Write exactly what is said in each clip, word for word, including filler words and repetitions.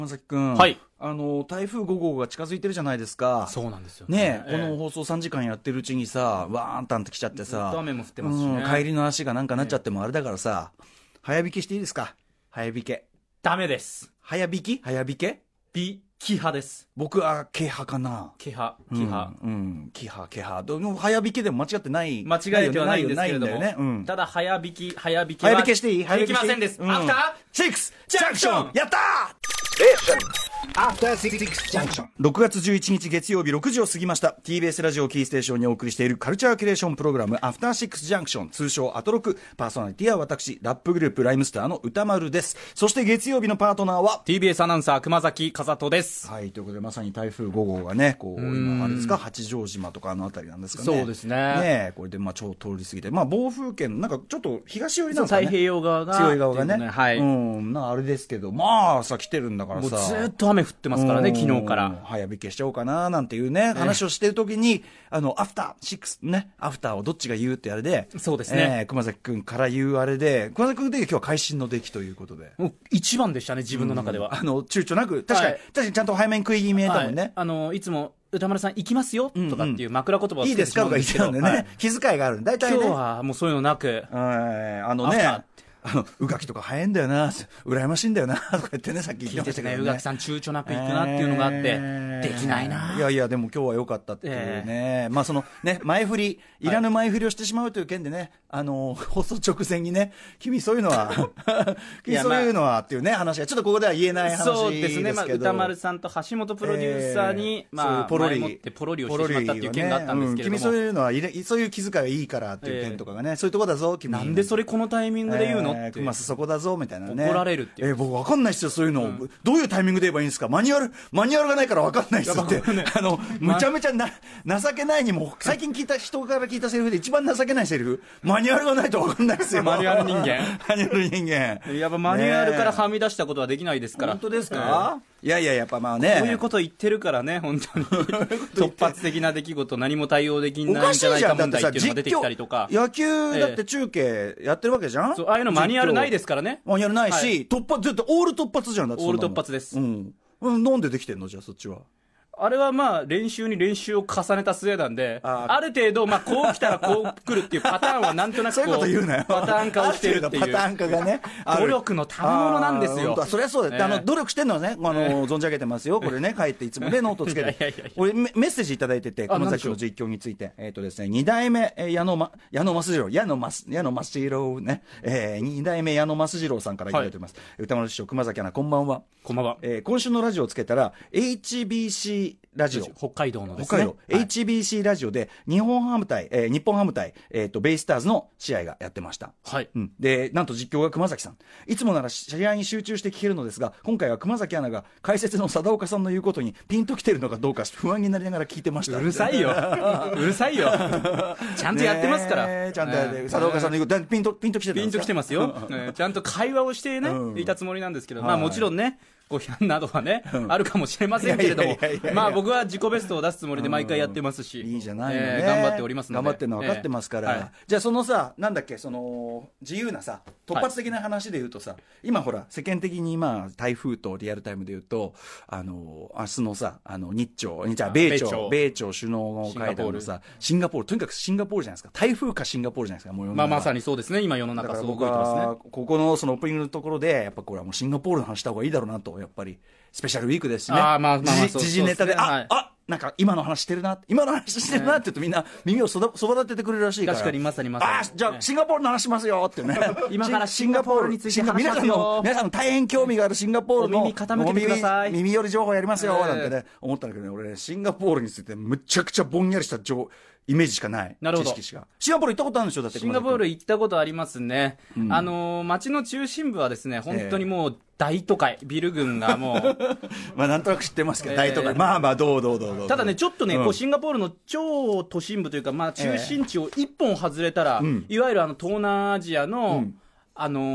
山崎君、 はい、 あの台風ご号が近づいてるじゃないですか。 そうなんですよね。 ねえ、この放送さんじかんやってるうちにさ、わーんたんって来ちゃってさ、 ずっと雨も降ってますしね、 うん、帰りの足がなんかなっちゃってもあれだからさ、早引きしていいですか。早引け。 ダメです。 早引き早引けビキ派です。 僕はケ派かな。 ケ派キ派、 うん、うん、キ派ケ派。でも早引けでも間違ってない間違えてはないんですけれども、 ね、うん、 ただ早引き早引きは早引けしていい早引きませんです、うん、アフターシックスジャンクションやったー。アフターシックスジャンクション。ろくがつじゅういちにち月曜日ろくじを過ぎました。 ティービーエス ラジオキーステーションにお送りしているカルチャーキュレーションプログラムアフターシックスジャンクション、通称アトロク。パーソナリティは私ラップグループライムスターの歌丸です。そして月曜日のパートナーはティービーエス アナウンサー熊崎和人です。 はい、ということでまさに台風ご号がねこう今あれですか八丈島とかあの辺りなんですかね。 そうですね。 ねこれでまあ超通り過ぎて、まあ暴風圏なんかちょっと東寄りなんですかね。 太平洋側が強い側がね、 ね、はい、 うん、なんかあれですけど、まあさ来てるんだからさ、 もうずっと雨降ってますからね、昨日から。 早引けしちゃおうかななんていうね、話をしてる時に、あのアフターシックスね、アフターをどっちが言うってあれで、 そうですね、 えー、熊崎君から言うあれで、熊崎君的に今日は会心の出来ということで、 もう一番でしたね、自分の中では。 うん、あの躊躇なく、確かに、はい、確かにちゃんと早めに食い気味見えたもんね。 はい、あのいつも歌丸さん行きますよとかっていう枕言葉をつけてしまうんですけど、いいですかとか言っちゃうんでね、はい、気遣いがあるんだいたいね。 今日はもうそういうのなく、 あのね、あの宇垣とか早いんだよな、羨ましいんだよなとか言ってね、さっき言ってましたけどね、 宇垣さん躊躇なく行くなっていうのがあって、えー、できないな。 いやいやでも今日は良かったっていうね、えー、まあそのね前振りいらぬ前振りをしてしまうという件でね、あの放送直前にね、君そういうのは君そういうのはっていうね話がちょっとここでは言えない話ですけど、 そうですね、まあ、歌丸さんと橋本プロデューサーに、えー、まあポロリ前もってポロリをしてしまったっていう件があったんですけれども、 ね、うん、君そういうのは入れそういう気遣いがいいからっていう件とかがね、えー、そういうとこだぞ君、 なんでそれこのタイミングで言うのって、えー、 熊そこだぞみたいなね、 怒られるっていう、 えー、僕分かんないですよそういうの、うん、どういうタイミングで言えばいいんですか、マニュアルマニュアルがないから分かんないですって、ね、あのむちゃむちゃな情けないにも最近聞いた人から聞いたセリフで一番情けないセリフ、マニュアルがないと分かんないですよマニュアル人間マニュアル人間やっぱマニュアルからはみ出したことはできないですから。 本当ですか、えー、いやいややっぱまあね、 こういうこと言ってるからね、本当に突発的な出来事何も対応できないんじゃないか問題っていうのが出てきたりとか、 野球だって中継やってるわけじゃん、えー、 そうああいうのマニュアルないですからね、 マニュアルないし、はい、突発絶対オール突発じゃん、だってオール突発です、 うんうん、なんでできてんのじゃあそっちは。 あれはまあ練習に練習を重ねた末なんで、 あ, ある程度まあこう来たらこう来るっていうパターンはなんとなくこうそういうこと言うなよ、 パターン化をしてるっていうパターン化がね努力の賜物なんですよ。 そりゃそうだ、ね、あの努力してるのはね、あの、えー、存じ上げてますよ、これね書いていつもねノートつけていやいやいや俺メッセージいただいてて、熊崎の実況について、えっ、ー、とですねに代目矢野、ま、矢野益次郎矢野益矢野益次郎ね、えー、に代目矢野益次郎さんからいただいております、はい、歌丸師匠熊崎アナこんばんは。 こんばんは、 えー、今週のラジオをつけたら エイチビーシー ラジオ北海道のですね、 北海道、はい、エイチビーシー ラジオで日本ハム対、えー、日本ハム対、えー、とベイスターズの試合がやってました、 はい、 うん、でなんと実況が熊崎さん。いつもなら試合に集中して聞けるのですが、今回は熊崎アナが解説の貞岡さんの言うことにピンときてるのかどうか不安になりながら聞いてました。 うるさいようるさいよちゃんとやってますから、 ちゃんとやって、えー、貞岡さんの言うことピンとピンときてるんですか。 ピンときてますよ、ね、ちゃんと会話をしてね、うん、いたつもりなんですけど、まあもちろんねご批判などはね、うん、あるかもしれませんけれども、まあ僕は自己ベストを出すつもりで毎回やってますし、 いいじゃないのね、 えー、頑張っておりますので、 頑張ってるの分かってますから、えーはい、じゃあそのさなんだっけその自由なさ突発的な話で言うとさ、はい、今ほら世間的にまあ台風とリアルタイムで言うとあの明日のさあの日朝日米朝米朝首脳会談のさシンガポールとにかくシンガポールじゃないですか。台風かシンガポールじゃないですか。もうまあまさにそうですね。今世の中そう動いてますね。 ここのそのオープニングのところでやっぱこれはもうシンガポールの話した方がいいだろうなと、やっぱりスペシャルウィークですしね。 あまあまあ時事ネタで、あ、はい、あなんか今の話してるな今の話してるなって言うとみんな耳をそば立ててくれるらしいから、 確かにまさにまさに、 あじゃあシンガポールの話しますよってね今からシンガポールについて話しますよ。 皆さんの皆さんの大変興味があるシンガポールのお耳傾けてください。 耳、耳寄り情報やりますよなんてね、思ったんだけどね、俺ねシンガポールについてむちゃくちゃぼんやりした情イメージしかない。 なるほど。 知識しか。シンガポール行ったことあるんでしょ。だってシンガポール行ったことありますね、うん、あの街の中心部はですね本当にもう大都会、ビル群がもうまあなんとなく知ってますけど、えー、大都会、まあまあどうどうどうどう。 ただねちょっとね、うん、こうシンガポールの超都心部というか、まあ、中心地を一本外れたら、えー、いわゆるあの東南アジアの、うん、あの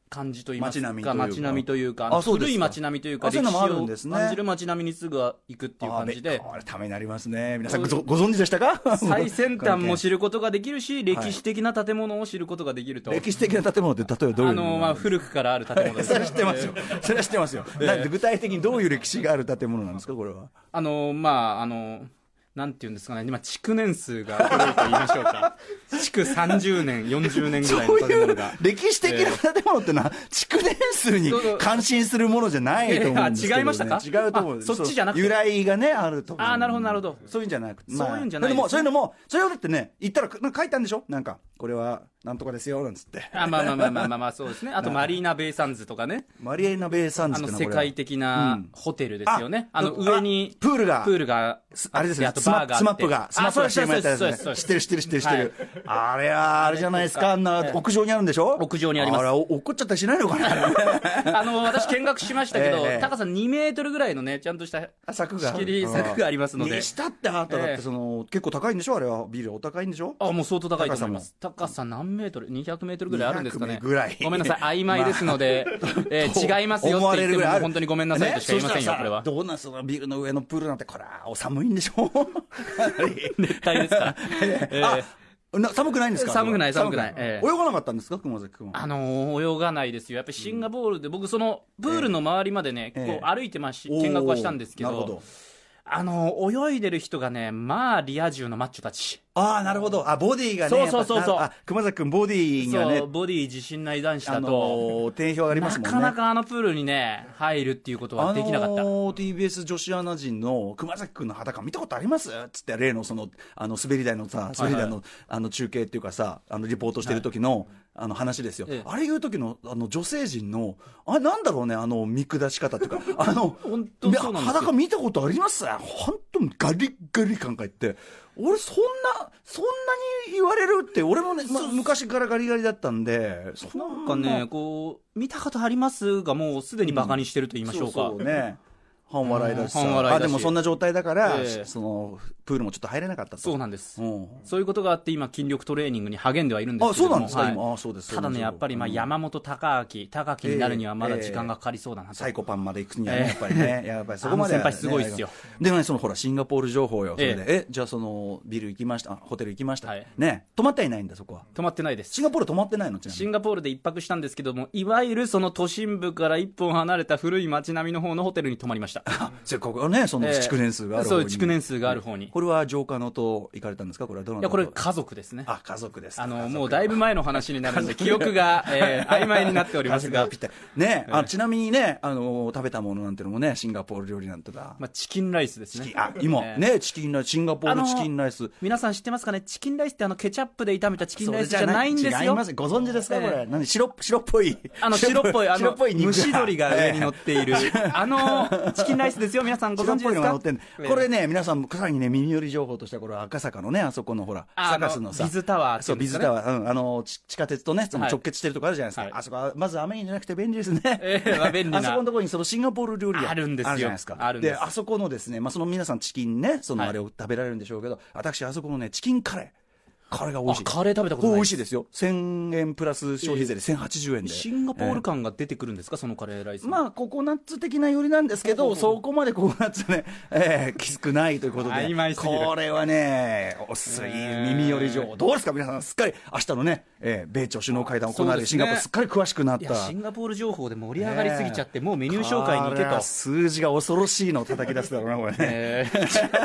感じといいますか、 街並みというか街並みというか、あのあそうですか古い街並みというか、歴あそういうのもあ史をるんですね感じる街並みにすぐ行くっていう感じで、 これためになりますね。皆さんごご存知でしたか？ 最先端も知ることができるし、歴史的な建物を知ることができると。 歴史的な建物って例えばどういうの？ あの、まあ、古くからある建物です。 それは知ってますよ。それは知ってますよ。なんで具体的にどういう歴史がある建物なんですか、これは。 あの、まあ、あの、なんていうんですかね、今、築年数が古いと言いましょうか、築さんじゅうねん、よんじゅうねんぐらいの建物が。 歴史的な建物ってのは、築年数に関心するものじゃないと思うんですけど、ね、 違いましたか？ 違うと思う。 そっちじゃなくて。 由来がね、あると思う。 ああ、なるほど、なるほど。 そういうんじゃなくて。 まあ、そういうんじゃない、 ね。でも、そういうのも、それをだってね、言ったら、なんか書いたんでしょ？なんか、これは、なんとかですよ、なんつって。 あまあまあまあまあまあ、まあ、そうですね。あと、マリーナ・ベイ・サンズとかね。 マリーナ・ベイ・サンズってあの、世界的なホテルですよね。あの、上に、 プールが、 プールが、 あれですね、 あとバーがあって。 スマップが、スマップが シーエム やったやつね。知ってる知ってる知ってる知ってる。あれは、あれじゃないですか、あんな屋上にあるんでしょ？ 屋上にあります。 あれ、落っこっちゃったりしないのかな？ あの、私見学しましたけど、高さにメートルぐらいのね、ちゃんとした柵が。 仕切り柵がありますので。 にしたってあっただって、その、結構高いんでしょ？あれは、ビルお高いんでしょ？ あ、もう相当高いと思います。高さ何メートル？ にひゃくメートルぐらいあるんですかね。 ぐらい。 ごめんなさい、曖昧ですので、えー、違いますよって言っても本当にごめんなさいとしか言いませんよ、これは。 どうなんすか、ビルの上のプールなんて、これはお寒いんでしょ？ 熱帯ですから。 えーな寒くないんですか？ 寒くない寒くない、 ええ、泳がなかったんですか、熊崎君は。 あのー、泳がないですよ。やっぱりシンガポールで、うん、僕そのプールの周りまでね、ええ、こう歩いてまし、見学はしたんですけど、なるほど、あのー、泳いでる人がね、まあリア充のマッチョたち。 ああ、なるほど。あ、ボディがね。 そうそうそうそう。 あ、熊崎君ボディがね。 そう、ボディ自信ない男子だと、 あのー、定評ありますもんね。 なかなかあのプールにね、入るっていうことはできなかった。 あのー、ティービーエス 女子アナ人の熊崎君の裸見たことありますつって、例のその、あの、滑り台のさ、滑り台の、はいはい、あの、中継っていうかさ、あの、リポートしてる時の、はい、あの、話ですよ。ええ、あれ言う時の、あの、女性陣の、あれなんだろうね、あの、見下し方っていうか、あの、 本当そうなんですよ。 裸見たことあります本当にガリッガリ感が言って、俺そんなそんなに言われるって俺もね、ま、昔からガリガリだったんで、 そなんかねこう見たことありますがもうすでにバカにしてると言いましょうか、 うん、そうそうね、半笑いだしさ、 半笑いだし、 あでもそんな状態だから、 えー、 そのプールもちょっと入れなかったと。 そうなんです、 うん、 そういうことがあって今筋力トレーニングに励んではいるんですけども、 あそうなんですか、はい、今あそうです。 ただねやっぱりまあ山本隆明高明になるにはまだ時間がかかりそうだなと、 えーえー、サイコパンまで行くにはね、やっぱりねやっぱりそこまで、 ね、先輩すごいっすよ。 でねそのほらシンガポール情報よ、それで、えええじゃあそのビル行きました、ホテル行きました、 はい、 ね泊まってはいないんだそこは。 泊まってないです。 シンガポール泊まってないの？ シンガポールで一泊したんですけども、いわゆるその都心部から一本離れた古い街並みの方のホテルに泊まりました。 せっかくねその築年数がある方に、 えー、そう築年数がある方に、 これは城下のと行かれたんですか？これはどの？ いやこれ家族ですね。 あ家族です。 あのもうだいぶ前の話になるんで記憶が、えー、曖昧になっておりますがね、あちなみにねあの食べたものなんてのもねシンガポール料理なんてだ、 まあ、チキンライスですね。 あ今、えー、ねチキンライスシンガポールチキンライス、 皆さん知ってますかね？チキンライスってあのケチャップで炒めたチキンライスじゃないんですよ。 違います。ご存知ですか、えー、これ何白白っぽいあの白っぽいあの白っぽい蒸し鶏が上に乗っている、えー、あのチキンライスですよ。皆さんご存知ですか？ これね皆さんさらにね耳寄り情報としてはこれは赤坂のねあそこのほらサカスのさビズタワー、 そうビズタワー、うん、あの地下鉄とねその直結してるとこあるじゃないですか、はい、あそこはまず雨にじゃなくて便利ですね、 えーまあ、便利なあそこのところにそのシンガポール料理があるんですよ。 あるじゃないですか。 あるんです。 であそこのですね、まあ、その皆さんチキンねそのあれを食べられるんでしょうけど、はい、私あそこのねチキンカレーカレーが美味しい。 カレー食べたことない。 美味しいですよ。せんえんプラス消費税でせんはちじゅうえんで、 えー、シンガポール感が出てくるんですか、えー、そのカレーライス。 まあココナッツ的な寄りなんですけどそこまでココナッツね、えー、きつくないということで曖昧すぎる。 これはねおすい耳寄り情報、どうですか皆さん。すっかり明日のね、えー、米朝首脳会談行われるシンガポール、すっかり詳しくなった。 いやシンガポール情報で盛り上がりすぎちゃって、えー、もうメニュー紹介に行けと。 数字が恐ろしいのを叩き出すだろうなこれね、えー、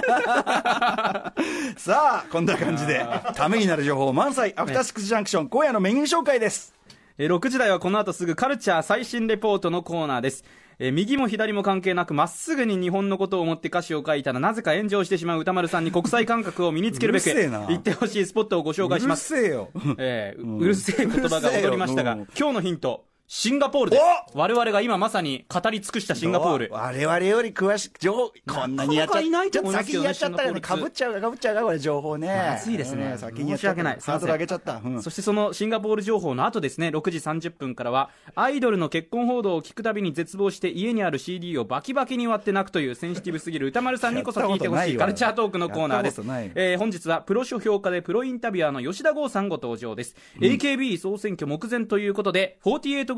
さあこんな感じでためになる情報満載アフターシックスジャンクション、今夜のメニュー紹介です。 ろくじ台はこの後すぐカルチャー最新レポートのコーナーです。えー、右も左も関係なくまっすぐに日本のことを思って歌詞を書いたらなぜか炎上してしまう歌丸さんに国際感覚を身につけるべく言ってほしいスポットをご紹介します。 うるせえよ、 えーうん、うるせえ言葉が踊りましたが、今日のヒントシンガポールです。我々が今まさに語り尽くしたシンガポール。 我々より詳しく情報こんなにやっちゃったちょっと先にやっちゃったからかぶっちゃうかぶっちゃうかこれ情報ね。 まずいですね、 うん、先にやっちゃった。 申し訳ない。 ハードル上げちゃった、うん、 そしてそのシンガポール情報の後ですね、ろくじさんじゅっぷんからはアイドルの結婚報道を聞くたびに絶望して家にある シーディー をバキバキに割って泣くというセンシティブすぎる歌丸さんにこそ聞いてほしいカルチャートークのコーナーです。えー、本日はプロ書評家でプロインタビュアーの吉田剛さんご登場です、うん、エーケービー 総選挙目前ということでフォーティーエイトグ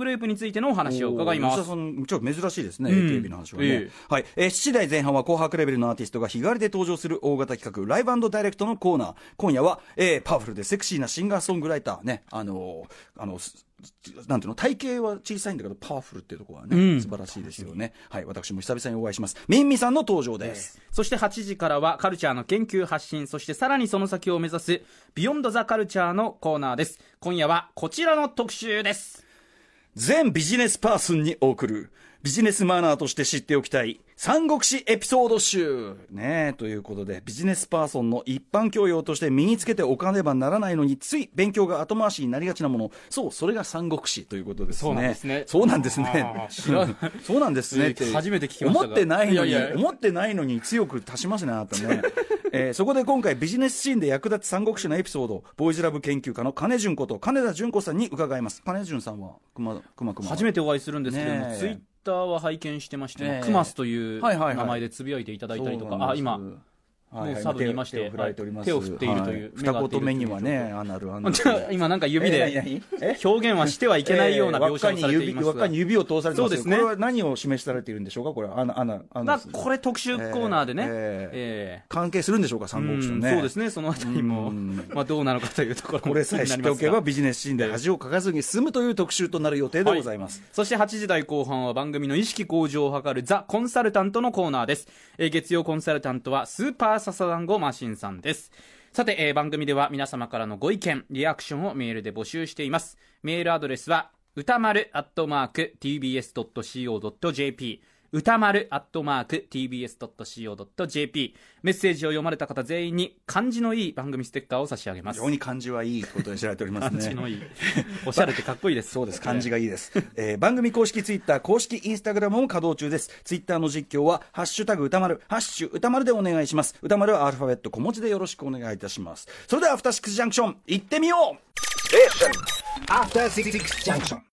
ループについてのお話を伺います。 吉田さんちょっと珍しいですね、 うん、 エーケービー の話はね、えーはいえー、しちじ台前半は紅白レベルのアーティストが日替わりで登場する大型企画ライブ&ダイレクトのコーナー。今夜は、えー、パワフルでセクシーなシンガーソングライターね、あのー、あのなんていうの、体型は小さいんだけどパワフルっていうところはね、うん、素晴らしいですよね。はい、私も久々にお会いします。ミンミさんの登場です、 えー、そしてはちじからはカルチャーの研究発信、そしてさらにその先を目指すビヨンドザカルチャーのコーナーです。今夜はこちらの特集です。 全ビジネスパーソンに送るビジネスマナーとして知っておきたい三国志エピソード集ねえということで、ビジネスパーソンの一般教養として身につけておかねばならないのについ勉強が後回しになりがちなもの、そうそれが三国志ということですね。 そうなんですね。 そうなんですね。そうなんですねって初めて聞きましたが、 思ってないのにいやいや思ってないのに強く足しますね、あなたね。えー、そこで今回ビジネスシーンで役立つ三国志のエピソード、ボーイズラブ研究家の金純こと金田純子さんに伺います。金純さんはくまくまくま初めてお会いするんですけども、ね、ツイッターは拝見してまして、ね、クマスという名前でつぶやいていただいたりとか、はいはいはい、あ今もうサブにいまして、はい、手を振っているという、 二言目にはね、アナルアナル今なんか指で表現はしてはいけないような描写をされていますが、 輪っかに指を通されてます。そうですね。これは何を示されているんでしょうか、これは。アナアナアナこれ特集コーナーでね、えーえー、関係するんでしょうか、三国志とね。 そうですね、そのあたりもまあどうなのかというところもこれさえ知っておけばビジネスシーンで恥をかかずに済むという特集となる予定でございます、はい、 そしてはちじ台後半は番組の意識向上を図るザ・コンサルタントのコーナーです。えー、月曜コンサルタントはスーパーササダンゴマシンさんです。さて、えー、番組では皆様からのご意見リアクションをメールで募集しています。メールアドレスは歌丸アットマーク ティービーエスドットシーオードットジェーピー 歌丸アットマーク ティービーエスドットシーオードットジェーピー メッセージを読まれた方全員に感じのいい番組ステッカーを差し上げます。 非常に感じはいいことで知られておりますね。 感じのいいおしゃれってかっこいいです。 そうです、感じがいいです、えー、番組公式ツイッター、公式インスタグラムも稼働中です。ツイッターの実況はハッシュタグ歌丸、ハッシュ歌丸でお願いします。歌丸はアルファベット小文字でよろしくお願いいたします。それではアフターシックスジャンクション行ってみよう。えアフターシックスジャンクション。